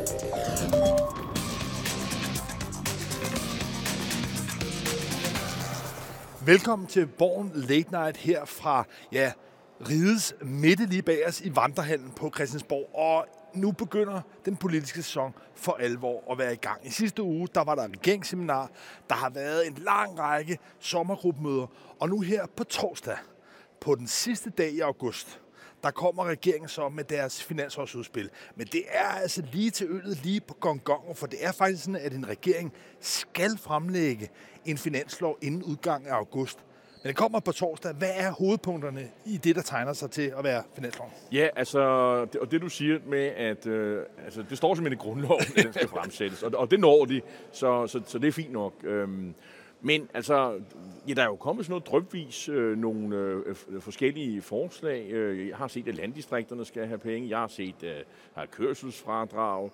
Velkommen til Borgen Late Night her fra rigets midte lige bag os i Vandrehallen på Christiansborg. Og nu begynder den politiske sæson for alvor at være i gang. I sidste uge der var der et regeringsseminar, der har været en lang række sommergruppemøder. Og nu her på torsdag, på den sidste dag i august, der kommer regeringen så med deres finansårsudspil. Men det er altså lige til øllet, lige på gongongen, for det er faktisk sådan, at en regering skal fremlægge en finanslov inden udgang af august. Men det kommer på torsdag. Hvad er hovedpunkterne i det, der tegner sig til at være finansloven? Ja, altså, og det du siger med, at det står simpelthen i grundloven, at den skal fremsættes, og det når de, så det er fint nok. Men altså, der er jo kommet sådan noget drypvis, nogle forskellige forslag. Jeg har set, at landdistrikterne skal have penge. Jeg har set, at der er kørselsfradrag.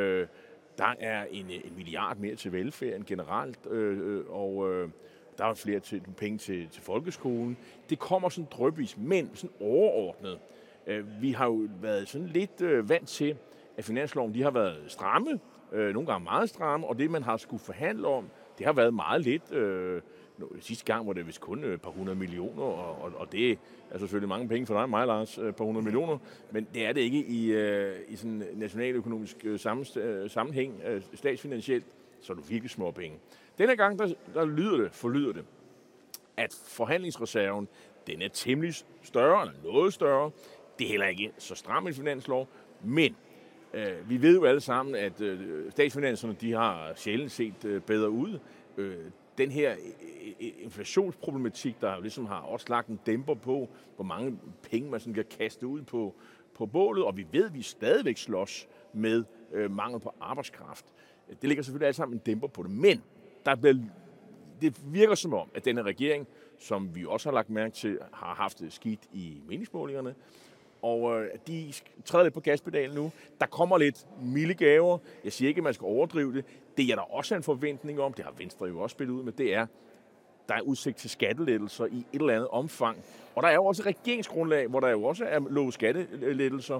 Der er en milliard mere til velfærden generelt, og der er flere penge til folkeskolen. Det kommer sådan drypvis, men sådan overordnet. Vi har jo været sådan lidt vant til, at finansloven de har været stramme, nogle gange meget stramme, og det, man har skulle forhandle om, det har været meget lidt. Sidste gang var det vist kun et par 100 millioner, og det er selvfølgelig mange penge for dig, mig, Lars, et par 100 millioner, men det er det ikke i sådan en nationaløkonomisk sammenhæng, statsfinansielt, så er det virkelig små penge. Denne gang, der forlyder det, at forhandlingsreserven, den er temmelig større, eller noget større. Det er heller ikke så stram en finanslov, men vi ved jo alle sammen, at statsfinanserne, de har sjældent set bedre ud. Den her inflationsproblematik, der ligesom har også lagt en dæmper på, hvor mange penge man sådan kan kaste ud på bålet, og vi ved, at vi stadigvæk slås med mangel på arbejdskraft. Det ligger selvfølgelig alle sammen en dæmper på det, men det virker som om, at denne regering, som vi også har lagt mærke til, har haft det skidt i meningsmålingerne, og de træder lidt på gaspedalen nu. Der kommer lidt milde gaver. Jeg siger ikke, at man skal overdrive det. Det er der også en forventning om, det har Venstre jo også spillet ud med, det er, der er udsigt til skattelettelser i et eller andet omfang. Og der er jo også et regeringsgrundlag, hvor der jo også er lovet skattelettelser.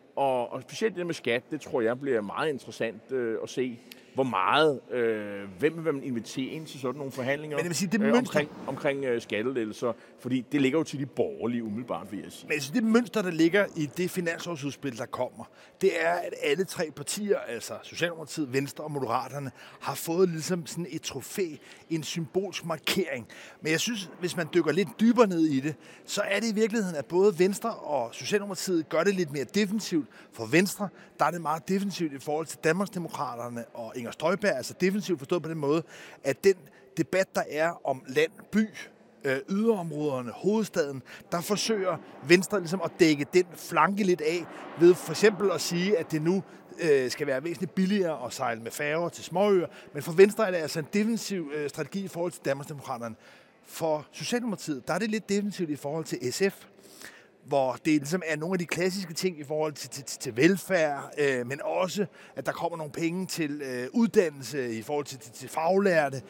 Og specielt det med skat, det tror jeg bliver meget interessant at se, hvor meget, hvem vil man invitere ind til sådan nogle forhandlinger. Men jeg vil sige, det omkring skattelettelser, fordi det ligger jo til de borgerlige umiddelbart, vil jeg sige. Men jeg synes, det mønster, der ligger i det finansårsudspil, der kommer, det er, at alle tre partier, altså Socialdemokratiet, Venstre og Moderaterne, har fået ligesom sådan et trofæ, en symbolsk markering. Men jeg synes, hvis man dykker lidt dybere ned i det, så er det i virkeligheden, at både Venstre og Socialdemokratiet gør det lidt mere defensivt. For Venstre, der er det meget defensivt i forhold til Danmarksdemokraterne og Inger Støjberg, altså defensivt forstået på den måde, at den debat, der er om land, by, yderområderne, hovedstaden, der forsøger Venstre ligesom at dække den flanke lidt af, ved for eksempel at sige, at det nu skal være væsentligt billigere at sejle med færger til småøer, men for Venstre er det altså en defensiv strategi i forhold til Danmarksdemokraterne. For Socialdemokratiet, der er det lidt defensivt i forhold til SF, hvor det ligesom er nogle af de klassiske ting i forhold til velfærd, men også, at der kommer nogle penge til uddannelse i forhold til faglærte.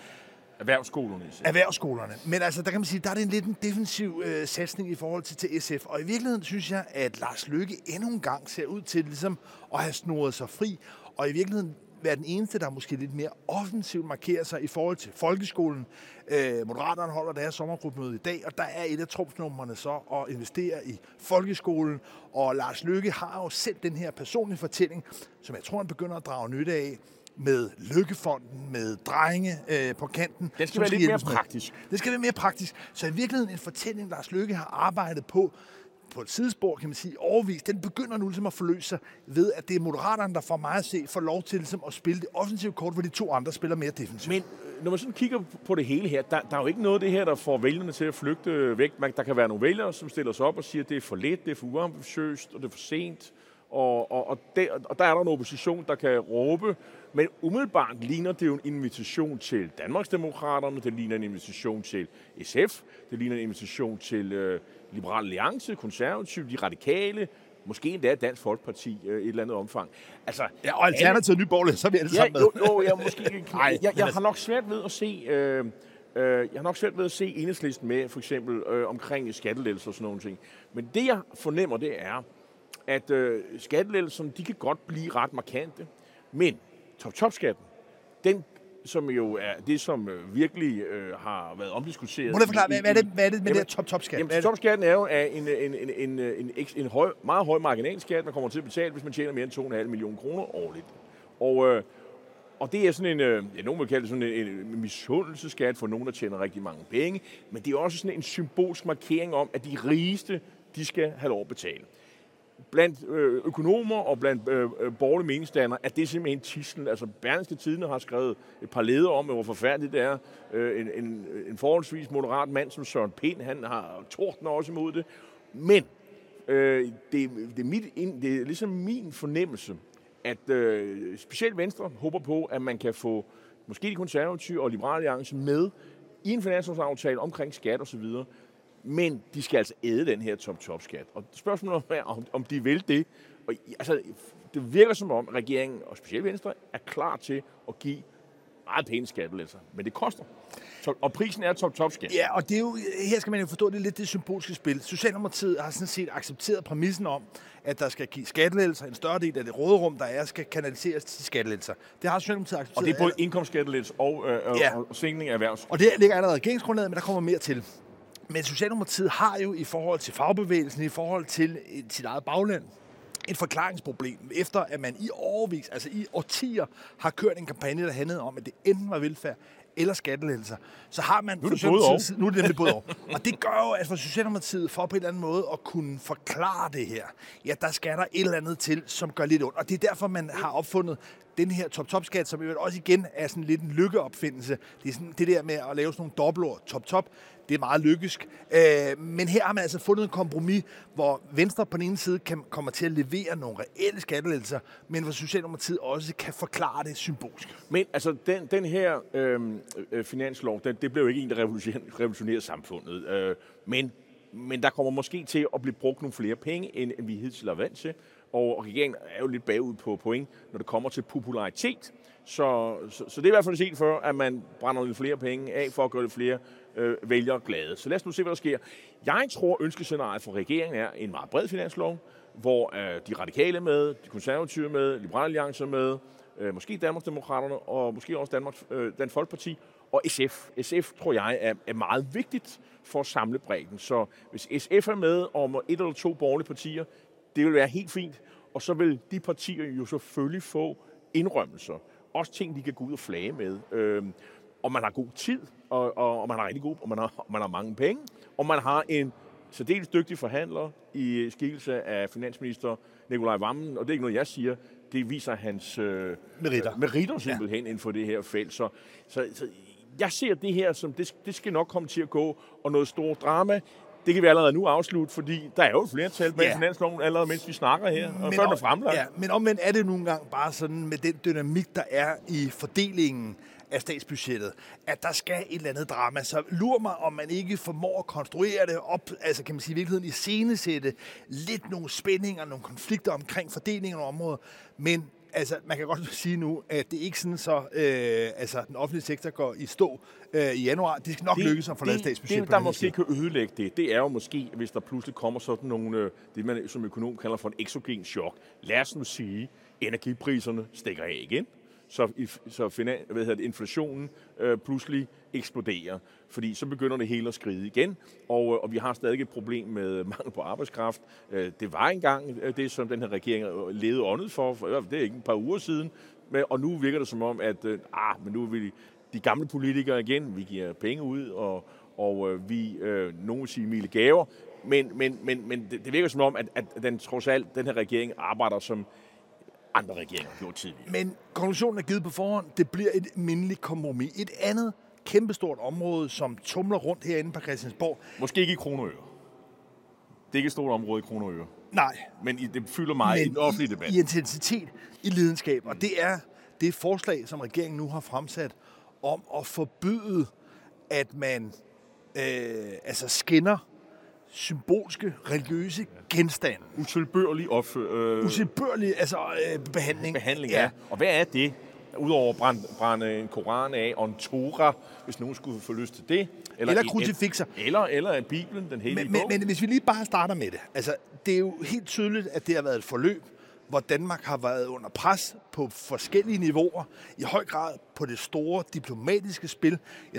Erhvervsskolerne. Men altså, der kan man sige, der er det lidt en defensiv satsning i forhold til SF. Og i virkeligheden synes jeg, at Lars Løkke endnu en gang ser ud til ligesom at have snurret sig fri, og i virkeligheden være den eneste, der måske lidt mere offensivt markerer sig i forhold til folkeskolen. Moderaterne holder deres sommergruppemøde i dag, og der er et af trumfnumrene så at investere i folkeskolen. Og Lars Løkke har jo selv den her personlige fortælling, som jeg tror, han begynder at drage nytte af, med Løkkefonden, med drenge på kanten. Det skal være lidt mere praktisk. Det skal være mere praktisk. Så i virkeligheden en fortælling, Lars Løkke har arbejdet på et sidespor, kan man sige, overvist, den begynder nu ligesom at forløse sig ved, at det er Moderaterne, der får meget at se, får lov til ligesom at spille det offensive kort, hvor de to andre spiller mere defensivt. Men når man sådan kigger på det hele her, der er jo ikke noget af det her, der får vælgerne til at flygte væk. Der kan være nogle vælgere, som stiller sig op og siger, at det er for lidt, det er for uambitiøst, og det er for sent. Og der er der en opposition, der kan råbe, men umiddelbart ligner det jo en invitation til Danmarksdemokraterne, det ligner en invitation til SF, det ligner en invitation til Liberal Alliance, Konservative, de radikale, måske endda Dansk Folkeparti i et eller andet omfang. Altså, ja, og Alternativet Nye Borgerlige, så er vi alle sammen med. Jeg har nok svært ved at se... Jeg har nok svært ved at se Enhedslisten med, for eksempel omkring skattelettelser og sådan nogle ting. Men det, jeg fornemmer, det er, at skattelettelserne, de kan godt blive ret markante. Men top-top-skatten, den som jo er det, som virkelig har været omdiskuteret. Må du forklare, hvad er det med det top-top-skat? Jamen, top-skatten er jo en meget høj marginalskat, man kommer til at betale, hvis man tjener mere end 2,5 millioner kroner årligt. Og det er sådan nogen vil kalde det sådan en misundelsesskat for nogen, der tjener rigtig mange penge, men det er også sådan en symbolsk markering om, at de rigeste, de skal have lov at betale. Blandt økonomer og blandt borgerlige meningsdannere, at det er simpelthen tidslen. Altså Berlingske Tidende har skrevet et par leder om, hvor forfærdeligt det er. En forholdsvis moderat mand som Søren Pind, han har tordner også imod det. Men det er ligesom min fornemmelse, at specielt Venstre håber på, at man kan få måske de konservative og Liberale Alliance med i en finanslovsaftale omkring skat og så videre. Men de skal altså æde den her top-top-skat. Og spørgsmålet er, om de vil det. Og, altså, det virker som om, regeringen, og specielt Venstre, er klar til at give meget pæne skattelettelser. Men det koster. Og prisen er top-top-skat. Ja, og det er jo, her skal man jo forstå, det er lidt det symbolske spil. Socialdemokratiet har sådan set accepteret præmissen om, at der skal give skattelettelser. En større del af det råderum, der er, skal kanaliseres til skattelettelser. Det har Socialdemokratiet accepteret. Og det er både indkomstskattelettelser og sænkning af erhvervs. Og det ligger allerede i regeringsgrundlaget, men der kommer mere til. Men Socialdemokratiet har jo i forhold til fagbevægelsen, i forhold til sit eget bagland, et forklaringsproblem, efter at man i årevis, altså i årtier, har kørt en kampagne, der handlede om, at det enten var velfærd eller skattelettelser. Så har man... Nu er det nemlig både over. Og det gør jo, at for Socialdemokratiet, for på en eller anden måde at kunne forklare det her, ja, der skal der et eller andet til, som gør lidt ondt. Og det er derfor, man har opfundet den her top-top-skat, som jo også igen er sådan lidt en lykkeopfindelse. Det er sådan det der med at lave sådan nogle dobbeltord, top-top, det er meget lykkes. Men her har man altså fundet en kompromis, hvor Venstre på den ene side kommer til at levere nogle reelle skattelettelser, men hvor Socialdemokratiet også kan forklare det symbolsk. Men altså, den her finanslov, det blev jo ikke en, der revolutionerede samfundet. Men der kommer måske til at blive brugt nogle flere penge, end vi hidtil har vant til. Og regeringen er jo lidt bagud på point, når det kommer til popularitet. Så det er i hvert fald set for, at man brænder lidt flere penge af for at gøre lidt flere vælgere glade. Så lad os nu se, hvad der sker. Jeg tror, ønskescenariet for regeringen er en meget bred finanslov, hvor de radikale er med, de konservative er med, Liberale Alliance er med, måske Danmarksdemokraterne og måske også Dansk Folkeparti og SF. SF, tror jeg, er meget vigtigt for at samle bredden. Så hvis SF er med om et eller to borgerlige partier, det vil være helt fint. Og så vil de partier jo selvfølgelig få indrømmelser. Også ting, de kan gå ud og flage med. Og man har god tid, og man har rigtig god, og man har mange penge. Og man har en særdeles dygtig forhandler i skikkelse af finansminister Nicolai Wammen. Og det er ikke noget, jeg siger. Det viser hans meritter simpelthen inden for det her felt. Så jeg ser det her som, det skal nok komme til at gå. Og noget stort drama, det kan vi allerede nu afslutte, fordi der er jo et flertal bag finansloven allerede, mens vi snakker her, og før den er fremlagt. Ja, men omvendt er det nogle gange bare sådan med den dynamik, der er i fordelingen af statsbudgettet, at der skal et eller andet drama. Så lurer mig, om man ikke formår at konstruere det op, altså kan man sige i virkeligheden iscenesætte lidt nogle spændinger, nogle konflikter omkring fordelingen af områder, men altså, man kan godt sige nu, at det ikke sådan så, den offentlige sektor går i stå i januar. Det skal nok lykkes at få lavet statsbudget. Det, der måske kan ødelægge det er jo måske, hvis der pludselig kommer sådan nogle, det man som økonom kalder for en exogen chok. Lad os nu sige, energipriserne stikker af igen, så inflationen pludselig eksploderer. Fordi så begynder det hele at skride igen, og vi har stadig et problem med mangel på arbejdskraft. Det var engang det, som den her regering levede åndet for det er ikke et par uger siden, og nu virker det som om, at men nu er vi de gamle politikere igen, vi giver penge ud, og vi, nogen siger milde gaver, men det virker som om, at den trods alt, den her regering arbejder som andre regeringer har gjort tidligere. Men konklusionen er givet på forhånd. Det bliver et mindeligt kompromis. Et andet kæmpestort område, som tumler rundt herinde på Christiansborg. Måske ikke i kroner og øre. Det er ikke et stort område i kroner og øre. Nej. Men det fylder meget i den offentlige debat. I intensitet, i lidenskab. Og det er det forslag, som regeringen nu har fremsat, om at forbyde, at man skinner symbolske, religiøse genstande. Utilbørlig behandling. Behandling, ja. Og hvad er det? Udover at brænde en koran af og en Torah, hvis nogen skulle få lyst til det. Eller krucifixer. Eller Bibelen, den hellige bog. Men hvis vi lige bare starter med det. Altså, det er jo helt tydeligt, at det har været et forløb, hvor Danmark har været under pres på forskellige niveauer, i høj grad på det store diplomatiske spil.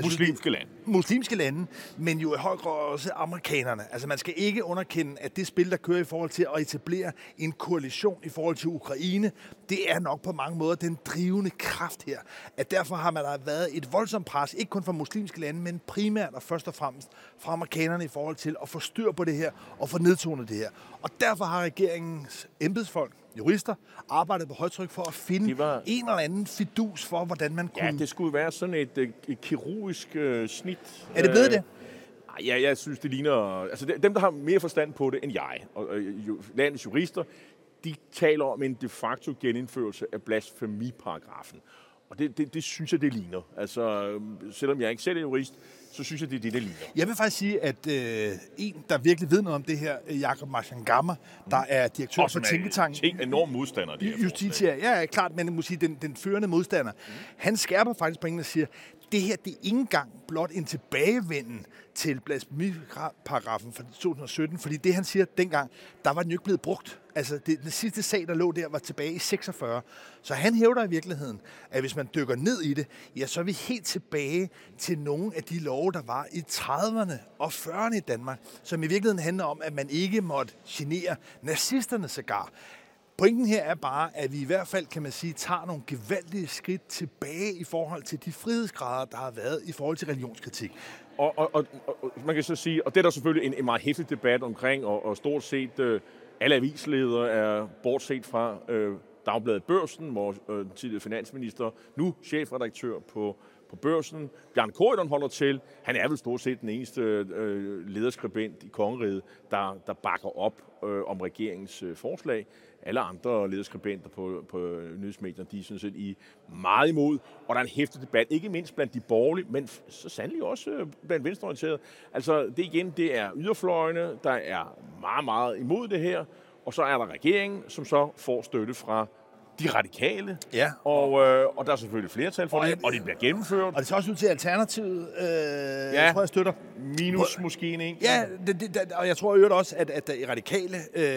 Muslimske lande, men jo i høj grad også amerikanerne. Altså man skal ikke underkende, at det spil, der kører i forhold til at etablere en koalition i forhold til Ukraine, det er nok på mange måder den drivende kraft her. At derfor har man der været et voldsomt pres, ikke kun fra muslimske lande, men primært og først og fremmest fra amerikanerne i forhold til at få styr på det her og få nedtonet det her. Og derfor har regeringens embedsfolk, jurister, arbejdet på højtryk for at finde en eller anden fidus for, hvordan man kunne... Ja, det skulle være sådan et kirurgisk snit. Er det blevet det? Ja, jeg synes, det ligner... Altså dem, der har mere forstand på det end jeg, og landets jurister, de taler om en de facto genindførelse af blasfemiparagrafen. Og det synes jeg, det ligner. Altså, selvom jeg ikke selv er jurist, så synes jeg, det er det ligner. Jeg vil faktisk sige, at en, der virkelig ved noget om det her, Jakob Machangama, der er direktør for Tænketanken. Enorm modstander. Justitia, ja, klart, men jeg må sige, den førende modstander. Han skærper faktisk på og siger, det her, det er ikke engang blot en tilbagevenden til blasfemiparagrafen fra 2017, fordi det, han siger dengang, der var den jo ikke blevet brugt. Altså, den sidste sag, der lå der, var tilbage i 46. Så han hævder i virkeligheden, at hvis man dykker ned i det, ja, så er vi helt tilbage til nogle af de love, der var i 30'erne og 40'erne i Danmark, som i virkeligheden handler om, at man ikke måtte genere nazisterne sågar. Pointen her er bare, at vi i hvert fald, kan man sige, tager nogle gevaldige skridt tilbage i forhold til de frihedsgrader, der har været i forhold til religionskritik. Og man kan så sige, og det er der selvfølgelig en meget hæftig debat omkring, og stort set alle avisledere er bortset fra Dagbladet Børsen, hvor tidligere finansminister, nu chefredaktør på Børsen, Bjarne Corydon holder til. Han er vel stort set den eneste lederskribent i kongeriget, der bakker op om regeringens forslag. Alle andre lederskribenter på nyhedsmedierne, de er sådan set meget imod. Og der er en heftig debat, ikke mindst blandt de borgerlige, men så sandelig også blandt venstreorienterede. Altså det er yderfløjene, der er meget, meget imod det her. Og så er der regeringen, som så får støtte fra de radikale, ja. Og der er selvfølgelig flertal for det, og det bliver gennemført. Og det ser også ud til Alternativet, jeg tror, jeg støtter. Minus måske en enkelt. Ja, og jeg tror jo også, at i radikale,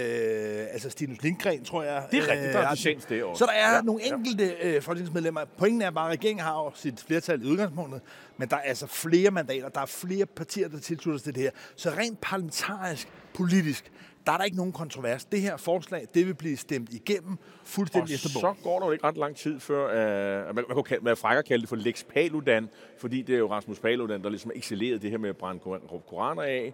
altså Stinus Lindgren, tror jeg... Det er rigtigt, der er dissens det også. Så der er nogle enkelte folketingsmedlemmer. Pointen er bare, at regeringen har jo sit flertal i udgangspunktet, men der er altså flere mandater, der er flere partier, der tilslutter sig det her. Så rent parlamentarisk, politisk, der er der ikke nogen kontrovers. Det her forslag, det vil blive stemt igennem fuldstændig efter bogen. Og så går der jo ikke ret lang tid før, man kunne være fræk at kalde det for Lex Paludan, fordi det er jo Rasmus Paludan, der ligesom excellerede det her med at brænde koraner af,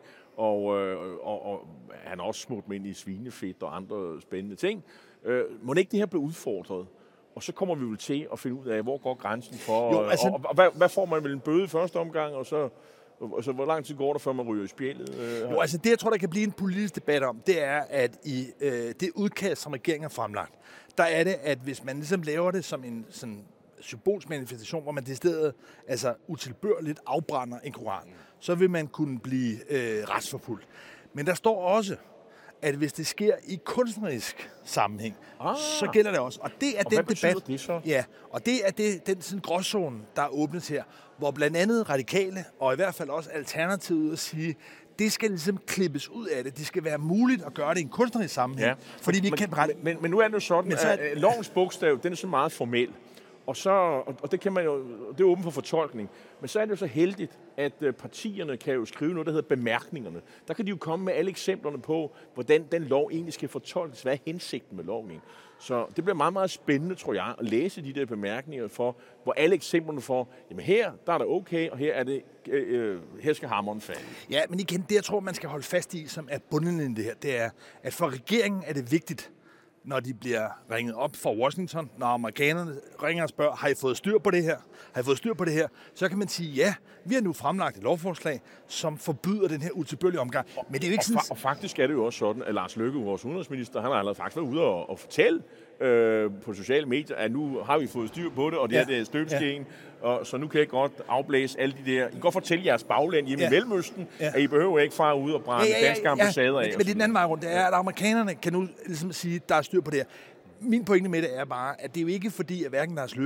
og han har også smurt med ind i svinefedt og andre spændende ting. Må ikke det her blive udfordret? Og så kommer vi vel til at finde ud af, hvor går grænsen for, jo, altså, og hvad får man vel en bøde i første omgang, og så hvor lang tid går der, før man ryger i spjældet? Jo, altså det, jeg tror, der kan blive en politisk debat om, det er, at i det udkast, som regeringen har fremlagt, der er det, at hvis man ligesom laver det som en sådan symbolsk manifestation, hvor man til stedet altså utilbørligt afbrænder en koran, så vil man kunne blive retsforfulgt. Men der står også, at hvis det sker i kunstnerisk sammenhæng, så gælder det også. Og det er den debat. Det så? Ja, og det er den sådan gråzone, der er åbnet her, hvor blandt andet radikale, og i hvert fald også Alternativet, at sige, det skal ligesom klippes ud af det. Det skal være muligt at gøre det i en kunstnerisk sammenhæng. Ja. Fordi vi men nu er det jo sådan, at lovens bogstav, den er så meget formel. Og det kan man jo, det er åbent for fortolkning. Men så er det jo så heldigt, at partierne kan jo skrive noget, der hedder bemærkningerne. Der kan de jo komme med alle eksemplerne på, hvordan den lov egentlig skal fortolkes. Hvad er hensigten med lovgivningen? Så det bliver meget, meget spændende, tror jeg, at læse de der bemærkninger for, hvor alle eksemplerne for, jamen her, der er det okay, og her er det, her skal hammeren falde. Ja, men igen, det jeg tror, man skal holde fast i, som er bundlinjen i det her, det er, at for regeringen er det vigtigt, når de bliver ringet op fra Washington, når amerikanerne ringer og spørger, har I fået styr på det her? Har I fået styr på det her? Så kan man sige, ja, vi har nu fremlagt et lovforslag, som forbyder den her utilbørlige omgang. Men det er jo ikke sådan... Og faktisk er det jo også sådan, at Lars Løkke, vores udenrigsminister, han har allerede faktisk været ude og fortælle på sociale medier, at nu har vi fået styr på det, og det er det støbeskeen, og så nu kan jeg godt afblæse alle de der... I kan godt fortælle jeres bagland hjemme i Mellemøsten, at I behøver ikke fare ud og brænde danske ambassader af. Men det er den anden vej rundt. Det er, at amerikanerne kan nu ligesom sige, at der er styr på det her. Min pointe med det er bare, at det er jo ikke fordi, at hverken Lars Løkke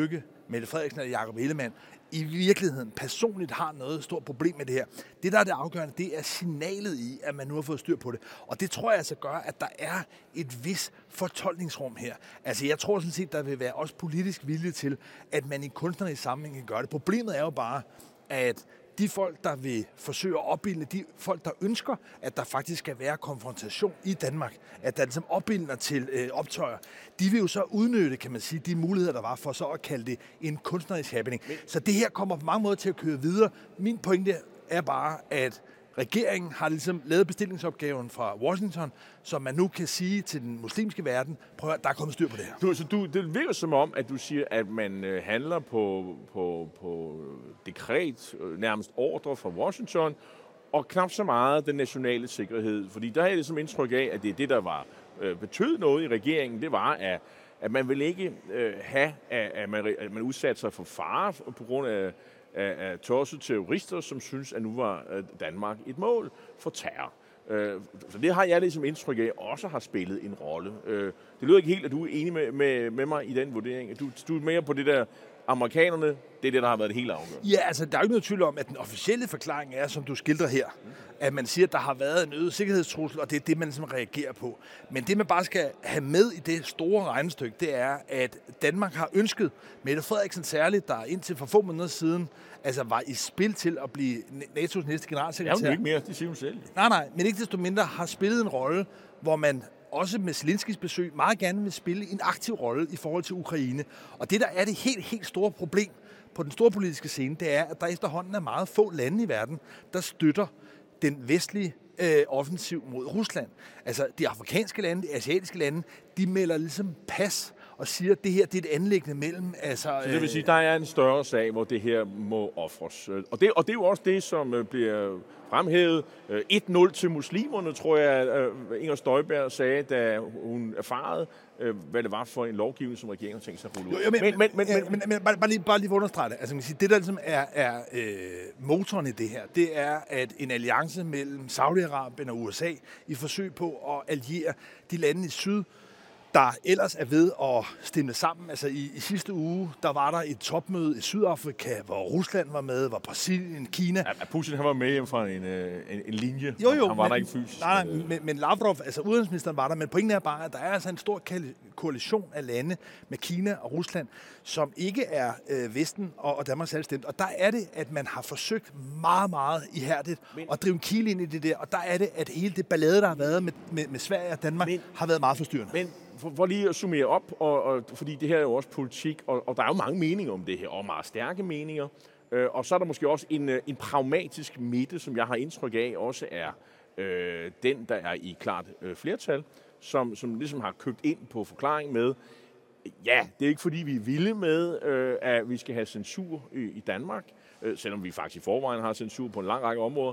Mette Frederiksen eller Jakob Ellemann, i virkeligheden personligt har noget stort problem med det her. Det, der er det afgørende, det er signalet i, at man nu har fået styr på det. Og det tror jeg altså gør, at der er et vis fortolkningsrum her. Altså, jeg tror sådan set, der vil være også politisk vilje til, at man i kunstnerisk sammenhæng kan gøre det. Problemet er jo bare, at de folk, der vil forsøge at opbilde, de folk, der ønsker, at der faktisk skal være konfrontation i Danmark, at der ligesom opbilder til optøjer, de vil jo så udnytte, kan man sige, de muligheder, der var for så at kalde det en kunstnerisk happening. Så det her kommer på mange måder til at køre videre. Min pointe er bare, at regeringen har ligesom lavet bestillingsopgaven fra Washington, så man nu kan sige til den muslimske verden, prøv at der er kommet styr på det her. Det virker som om, at du siger, at man handler på dekret, nærmest ordre fra Washington, og knap så meget den nationale sikkerhed. Fordi der er det som indtryk af, at det er det, der var betød noget i regeringen, det var, at man vil ikke have, at man udsatte sig for fare på grund af tossede terrorister, som synes, at nu var Danmark et mål for terror. Så det har jeg ligesom indtryk af, også har spillet en rolle. Det lyder ikke helt, at du er enig med mig i den vurdering. Du er mere på det der, amerikanerne, det er det, der har været det helt afgørende. Ja, altså der er jo ikke noget tvivl om, at den officielle forklaring er, som du skildrer her, at man siger, at der har været en øget sikkerhedstrussel, og det er det, man ligesom reagerer på. Men det, man bare skal have med i det store regnestykke, det er, at Danmark har ønsket, Mette Frederiksen særligt, der indtil for få måneder siden altså var i spil til at blive NATO's næste generalsekretær. Det er jo ikke mere, det siger hun selv. Nej, men ikke desto mindre har spillet en rolle, hvor man også med Zelenskis besøg meget gerne vil spille en aktiv rolle i forhold til Ukraine. Og det, der er det helt store problem på den store politiske scene, det er, at der efterhånden er meget få lande i verden, der støtter den vestlige offensiv mod Rusland. Altså de afrikanske lande, de asiatiske lande, de melder ligesom pas og siger, at det her det er et anliggende mellem. Altså, så det vil sige, at der er en større sag, hvor det her må ofres. Og det er jo også det, som bliver fremhævet. 1-0 til muslimerne, tror jeg, Inger Støjberg sagde, da hun erfarede, hvad det var for en lovgivning, som regeringen tænkte sig at rulle ud. Men bare lige for at understrege det. Altså, man kan sige, det, der ligesom er motoren i det her, det er, at en alliance mellem Saudi-Arabien og USA i forsøg på at alliere de lande i syd, der ellers er ved at stemme sammen. Altså i sidste uge, der var der et topmøde i Sydafrika, hvor Rusland var med, hvor Brasilien, Kina. Ja, Putin han var med hjemme fra en linje. Jo, han var der ikke fysisk. Nej, men Lavrov, altså udenrigsministeren var der, men pointen er bare, at der er altså en stor koalition af lande med Kina og Rusland, som ikke er Vesten og Danmark selv stemt. Og der er det, at man har forsøgt meget ihærdigt at drive en kile ind i det der, og der er det, at hele det ballade, der har været med Sverige og Danmark, har været meget forstyrrende. Men for lige at summere op, og fordi det her er jo også politik, og der er jo mange meninger om det her, og meget stærke meninger, og så er der måske også en pragmatisk midte, som jeg har indtryk af, også er den, der er i klart flertal, som ligesom har købt ind på forklaring med, ja, det er ikke fordi, vi er vilde med, at vi skal have censur i Danmark, selvom vi faktisk i forvejen har censur på en lang række områder,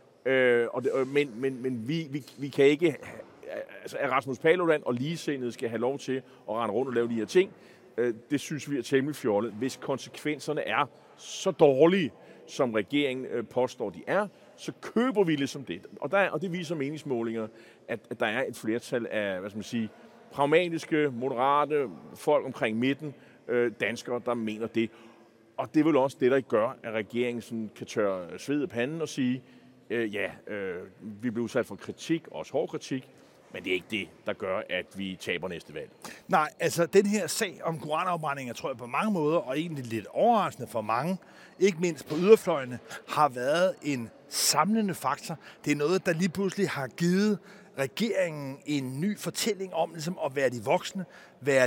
men vi kan ikke. Altså, at Rasmus Paludan og ligesindede skal have lov til at rende rundt og lave de her ting, det synes vi er temmelig fjollet. Hvis konsekvenserne er så dårlige, som regeringen påstår, de er, så køber vi ligesom det. Og det viser meningsmålinger, at der er et flertal af, pragmatiske, moderate folk omkring midten, danskere, der mener det. Og det er vel også det, der gør, at regeringen sådan kan tørre sved i panden og sige, vi bliver udsat for kritik, også hård kritik, men det er ikke det, der gør, at vi taber næste valg. Nej, altså den her sag om koranafbrændinger, tror jeg på mange måder, og egentlig lidt overraskende for mange, ikke mindst på yderfløjene, har været en samlende faktor. Det er noget, der lige pludselig har givet regeringen en ny fortælling om ligesom at være de voksne, være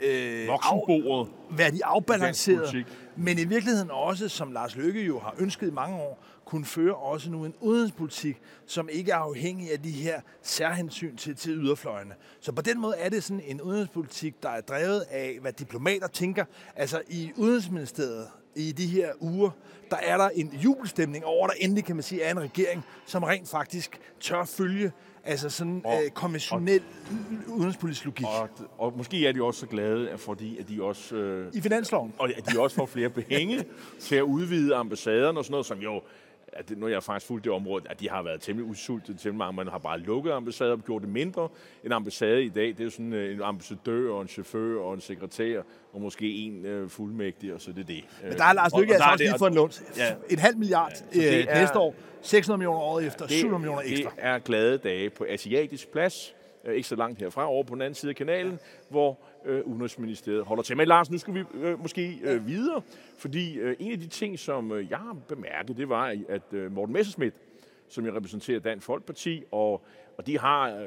de afbalancerede, men i virkeligheden også, som Lars Løkke jo har ønsket i mange år, kunne føre også nu en udenrigspolitik, som ikke er afhængig af de her særhensyn til yderfløjene. Så på den måde er det sådan en udenrigspolitik, der er drevet af, hvad diplomater tænker. Altså i Udenrigsministeriet i de her uger, der er der en jubelstemning over, der endelig kan man sige, er en regering, som rent faktisk tør følge altså sådan konventionel udenrigspolitisk logik. Og måske er de også så glade, fordi at de også... I finansloven. Og at de også får flere penge til at udvide ambassaderne og sådan noget, som jo at når jeg har faktisk fulgt det område, at de har været temmelig udsultet til mange. Man har bare lukket ambassader og gjort det mindre. En ambassade i dag, det er jo sådan en ambassadør og en chauffør og en sekretær og måske en fuldmægtig, og så det er det. Men der er Lars Løkke altså også lige fået en lån. En halv milliard næste år, 600 millioner året efter, 700 millioner ekstra. Det er glade dage på Asiatisk Plads, ikke så langt herfra, over på den anden side af kanalen, hvor Udenrigsministeriet holder til. Men Lars, nu skal vi måske videre, fordi en af de ting, som jeg har bemærket, det var, at Morten Messerschmidt, som jeg repræsenterer Dansk Folkeparti, og de har,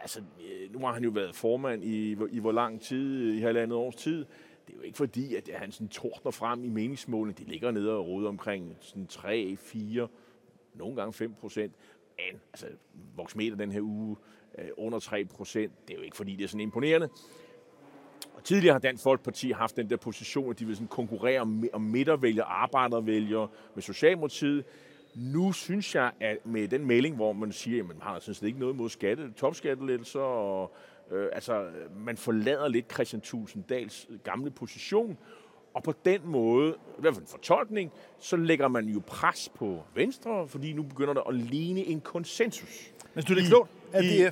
nu har han jo været formand i hvor lang tid, i halvandet års tid. Det er jo ikke fordi, at han sådan tordner frem i meningsmålene. De ligger nede og roder omkring sådan 3, 4, nogle gange 5%. Men altså, Voxmeter den her uge under 3%, det er jo ikke fordi, det er sådan imponerende. Og tidligere har Dansk Folkeparti haft den der position, at de vil sådan konkurrere om midtervælgere, arbejdervælgere med Socialdemokratiet. Nu synes jeg, at med den melding, hvor man siger, at man har sådan set ikke noget mod topskattelettelser, og man forlader lidt Kristian Thulesen Dahls gamle position, og på den måde, i hvert fald en fortolkning, så lægger man jo pres på Venstre, fordi nu begynder der at ligne en konsensus. Men det er klogt af DF.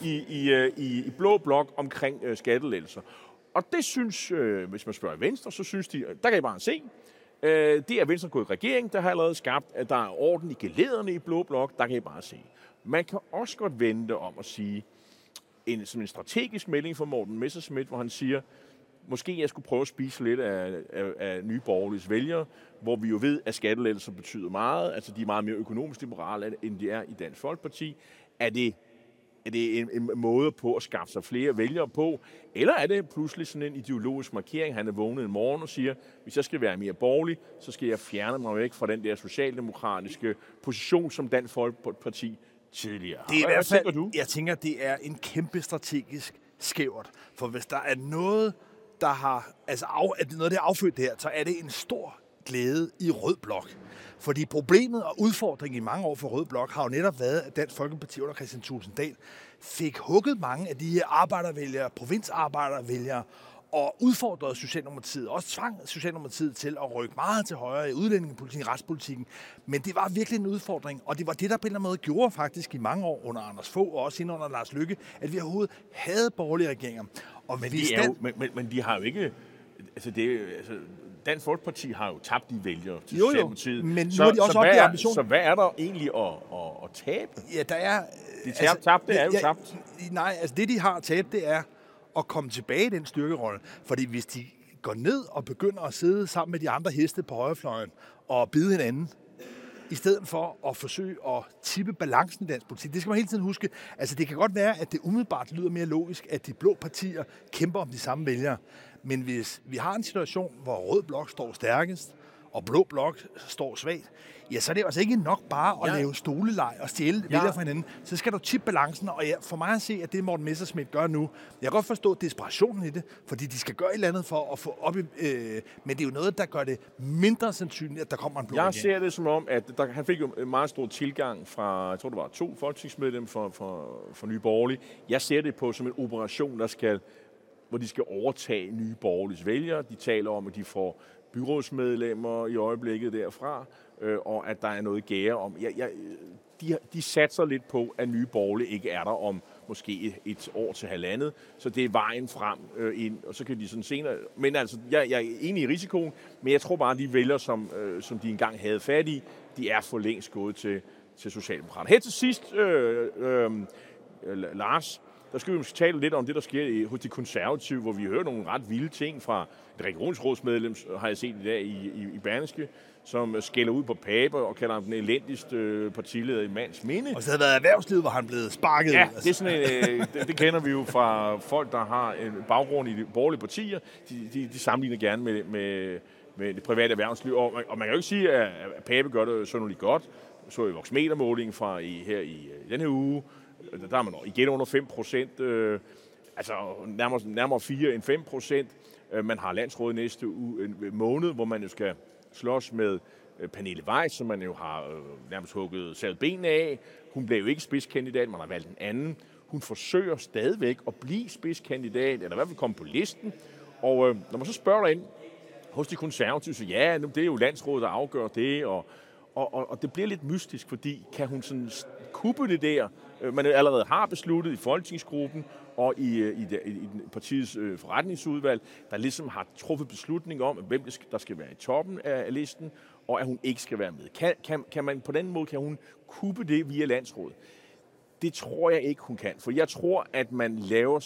I blå blok omkring skattelettelser. Og det synes, hvis man spørger Venstre, så synes de, der kan I bare se, det er Venstre gået i regering, der har allerede skabt, at der er orden i gelederne i blå blok, der kan I bare se. Man kan også godt vente om at sige, som en strategisk melding fra Morten Messerschmidt, hvor han siger, måske jeg skulle prøve at spise lidt af Nye Borgerliges vælgere, hvor vi jo ved, at skattelettelser betyder meget, altså de er meget mere økonomisk liberale, end de er i Dansk Folkeparti. Er det en måde på at skaffe sig flere vælgere på, eller er det pludselig sådan en ideologisk markering, han er vågnet en morgen og siger, hvis jeg skal være mere borgerlig, så skal jeg fjerne mig væk fra den der socialdemokratiske position, som Dansk Folkeparti tidligere har. Det er i hvert fald, jeg tænker, det er en kæmpe strategisk skævert, for hvis der er noget, der har, noget, der er affødt det her, så er det en stor glæde i rød blok. Fordi problemet og udfordringen i mange år for rød blok har jo netop været, at Dansk Folkeparti under Kristian Thulesen Dahl fik hugget mange af de her arbejdervælgere, provinsarbejdervælgere, og udfordrede Socialdemokratiet, også tvang Socialdemokratiet til at rykke meget til højre i udlændingepolitikken, retspolitikken. Men det var virkelig en udfordring, og det var det, der på en eller anden måde gjorde faktisk i mange år under Anders Fogh, og også under Lars Løkke, at vi overhovedet havde borgerlige regeringer. Og men de har jo ikke... Dansk Folkeparti har jo tabt de vælgere til Socialdemokratiet. Men nu har de også opgivet ambitionen. Så hvad er der egentlig at tabe? Ja, der er... Det er jo tabt. Nej, altså det, de har tabt, det er at komme tilbage i den styrkerolle. Fordi hvis de går ned og begynder at sidde sammen med de andre heste på højrefløjen og bide hinanden, i stedet for at forsøge at tippe balancen i dansk politik. Det skal man hele tiden huske. Altså, det kan godt være, at det umiddelbart lyder mere logisk, at de blå partier kæmper om de samme vælgere. Men hvis vi har en situation, hvor rød blok står stærkest, og blå blok står svagt, ja, så er det altså ikke nok bare at lave stoleleg og stjæle vælgere fra hinanden. Så skal du tippe balancen, og for mig at se, at det Morten Messerschmidt gør nu, jeg kan godt forstå desperationen i det, fordi de skal gøre et eller andet for at få op i... men det er jo noget, der gør det mindre sandsynligt, at der kommer en blå regering. Jeg ser det som om, at han fik jo en meget stor tilgang fra, jeg tror det var 2 folketingsmedlemmer for Nye Borgerlige. Jeg ser det på som en operation, hvor de skal overtage Nye Borgerliges vælgere. De taler om, at de får byrådsmedlemmer i øjeblikket derfra, og at der er noget gære om. De satser lidt på, at Nye Borgerlige ikke er der om måske et år til halvandet, så det er vejen frem ind, og så kan de sådan senere... Men altså, jeg er enig i risikoen, men jeg tror bare, at de vælgere, som de engang havde fat i, de er for længst gået til Socialdemokraterne. Her til sidst, Lars, der skal vi måske tale lidt om det, der sker hos de konservative, hvor vi hører nogle ret vilde ting fra et regionsrådsmedlem, har jeg set i dag i Berlingske, som skælder ud på Pape og kalder ham den elendigste partileder i mands minde. Og så havde det været erhvervslivet, hvor han blev sparket. Ja, det er sådan det kender vi jo fra folk, der har en baggrund i de borgerlige partier. De sammenligner gerne med det private erhvervsliv. Og man kan jo ikke sige, at Pape gør det sådan godt. Så i Voxmeter-målingen fra her i den her uge, der er man igen under 5%, altså nærmere 4 end 5%. Man har landsråd næste måned, hvor man jo skal slås med Pernille Weiss, som man jo har nærmest hugget savet benene af. Hun blev jo ikke spidskandidat, man har valgt en anden. Hun forsøger stadigvæk at blive spidskandidat, eller i hvert fald komme på listen. Og når man så spørger ind hos de konservative, så det er jo landsrådet, der afgør det, Og det bliver lidt mystisk, fordi kan hun sådan kuppe det der, man allerede har besluttet i folketingsgruppen og i partiets forretningsudvalg, der ligesom har truffet beslutning om, hvem der skal være i toppen af listen, og at hun ikke skal være med. Kan man på den måde, kan hun kuppe det via landsrådet? Det tror jeg ikke, hun kan, for jeg tror, at man laver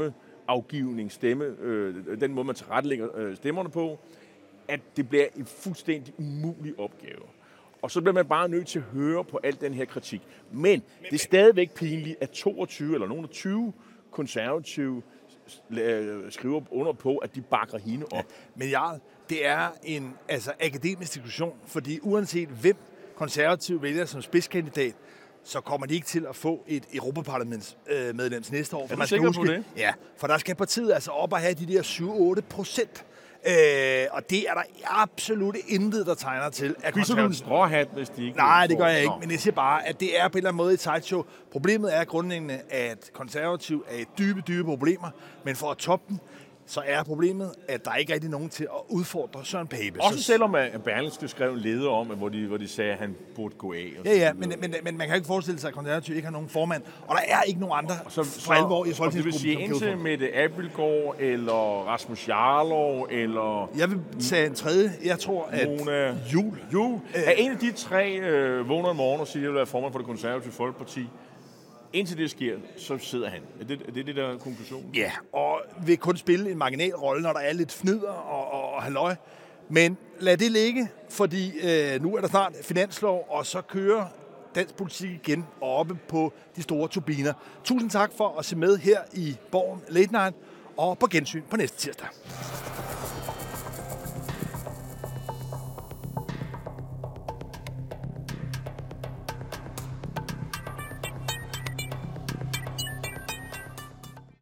den måde, man tilrettelægger stemmerne på, at det bliver en fuldstændig umulig opgave. Og så bliver man bare nødt til at høre på al den her kritik. Men det er stadigvæk pinligt, at 22 eller nogle af 20 konservative skriver under på, at de bakker hende op. Ja, men Jarl, det er en akademisk diskussion, fordi uanset hvem konservative vælger som spidskandidat, så kommer de ikke til at få et Europaparlamentsmedlem næste år. Er du sikker på det? Ja, for der skal partiet altså op og have de der 7-8%. Og det er der absolut intet, der tegner til. Viser du en stråhat, hvis de ikke... Nej, det gør jeg ikke, men jeg siger bare, at det er på en eller anden måde et sideshow. Problemet er grundlæggende, at konservativ er i dybe problemer, men for at toppe den, så er problemet, at der ikke rigtig nogen til at udfordre Søren Pape. Også selvom at Berlingske skrev en leder om, hvor de sagde, at han burde gå af. Ja, men man kan ikke forestille sig, at konservativ ikke har nogen formand, og der er ikke nogen andre for alvor i folketingsgruppen. Det vil sige, indtil Mette Abildgaard, eller Rasmus Jarlov, eller... Jeg vil tage en tredje. Jeg tror, at... Mona Juhl. Er en af de tre vågner i morgen og siger, at jeg vil være formand for det konservative folkeparti. Indtil det sker, så sidder han. Er det der konklusion? Ja, og vil kun spille en marginal rolle, når der er lidt fnider og halløj. Men lad det ligge, fordi nu er der snart finanslov, og så kører dansk politik igen oppe på de store turbiner. Tusind tak for at se med her i Borgen Late Night, og på gensyn på næste tirsdag.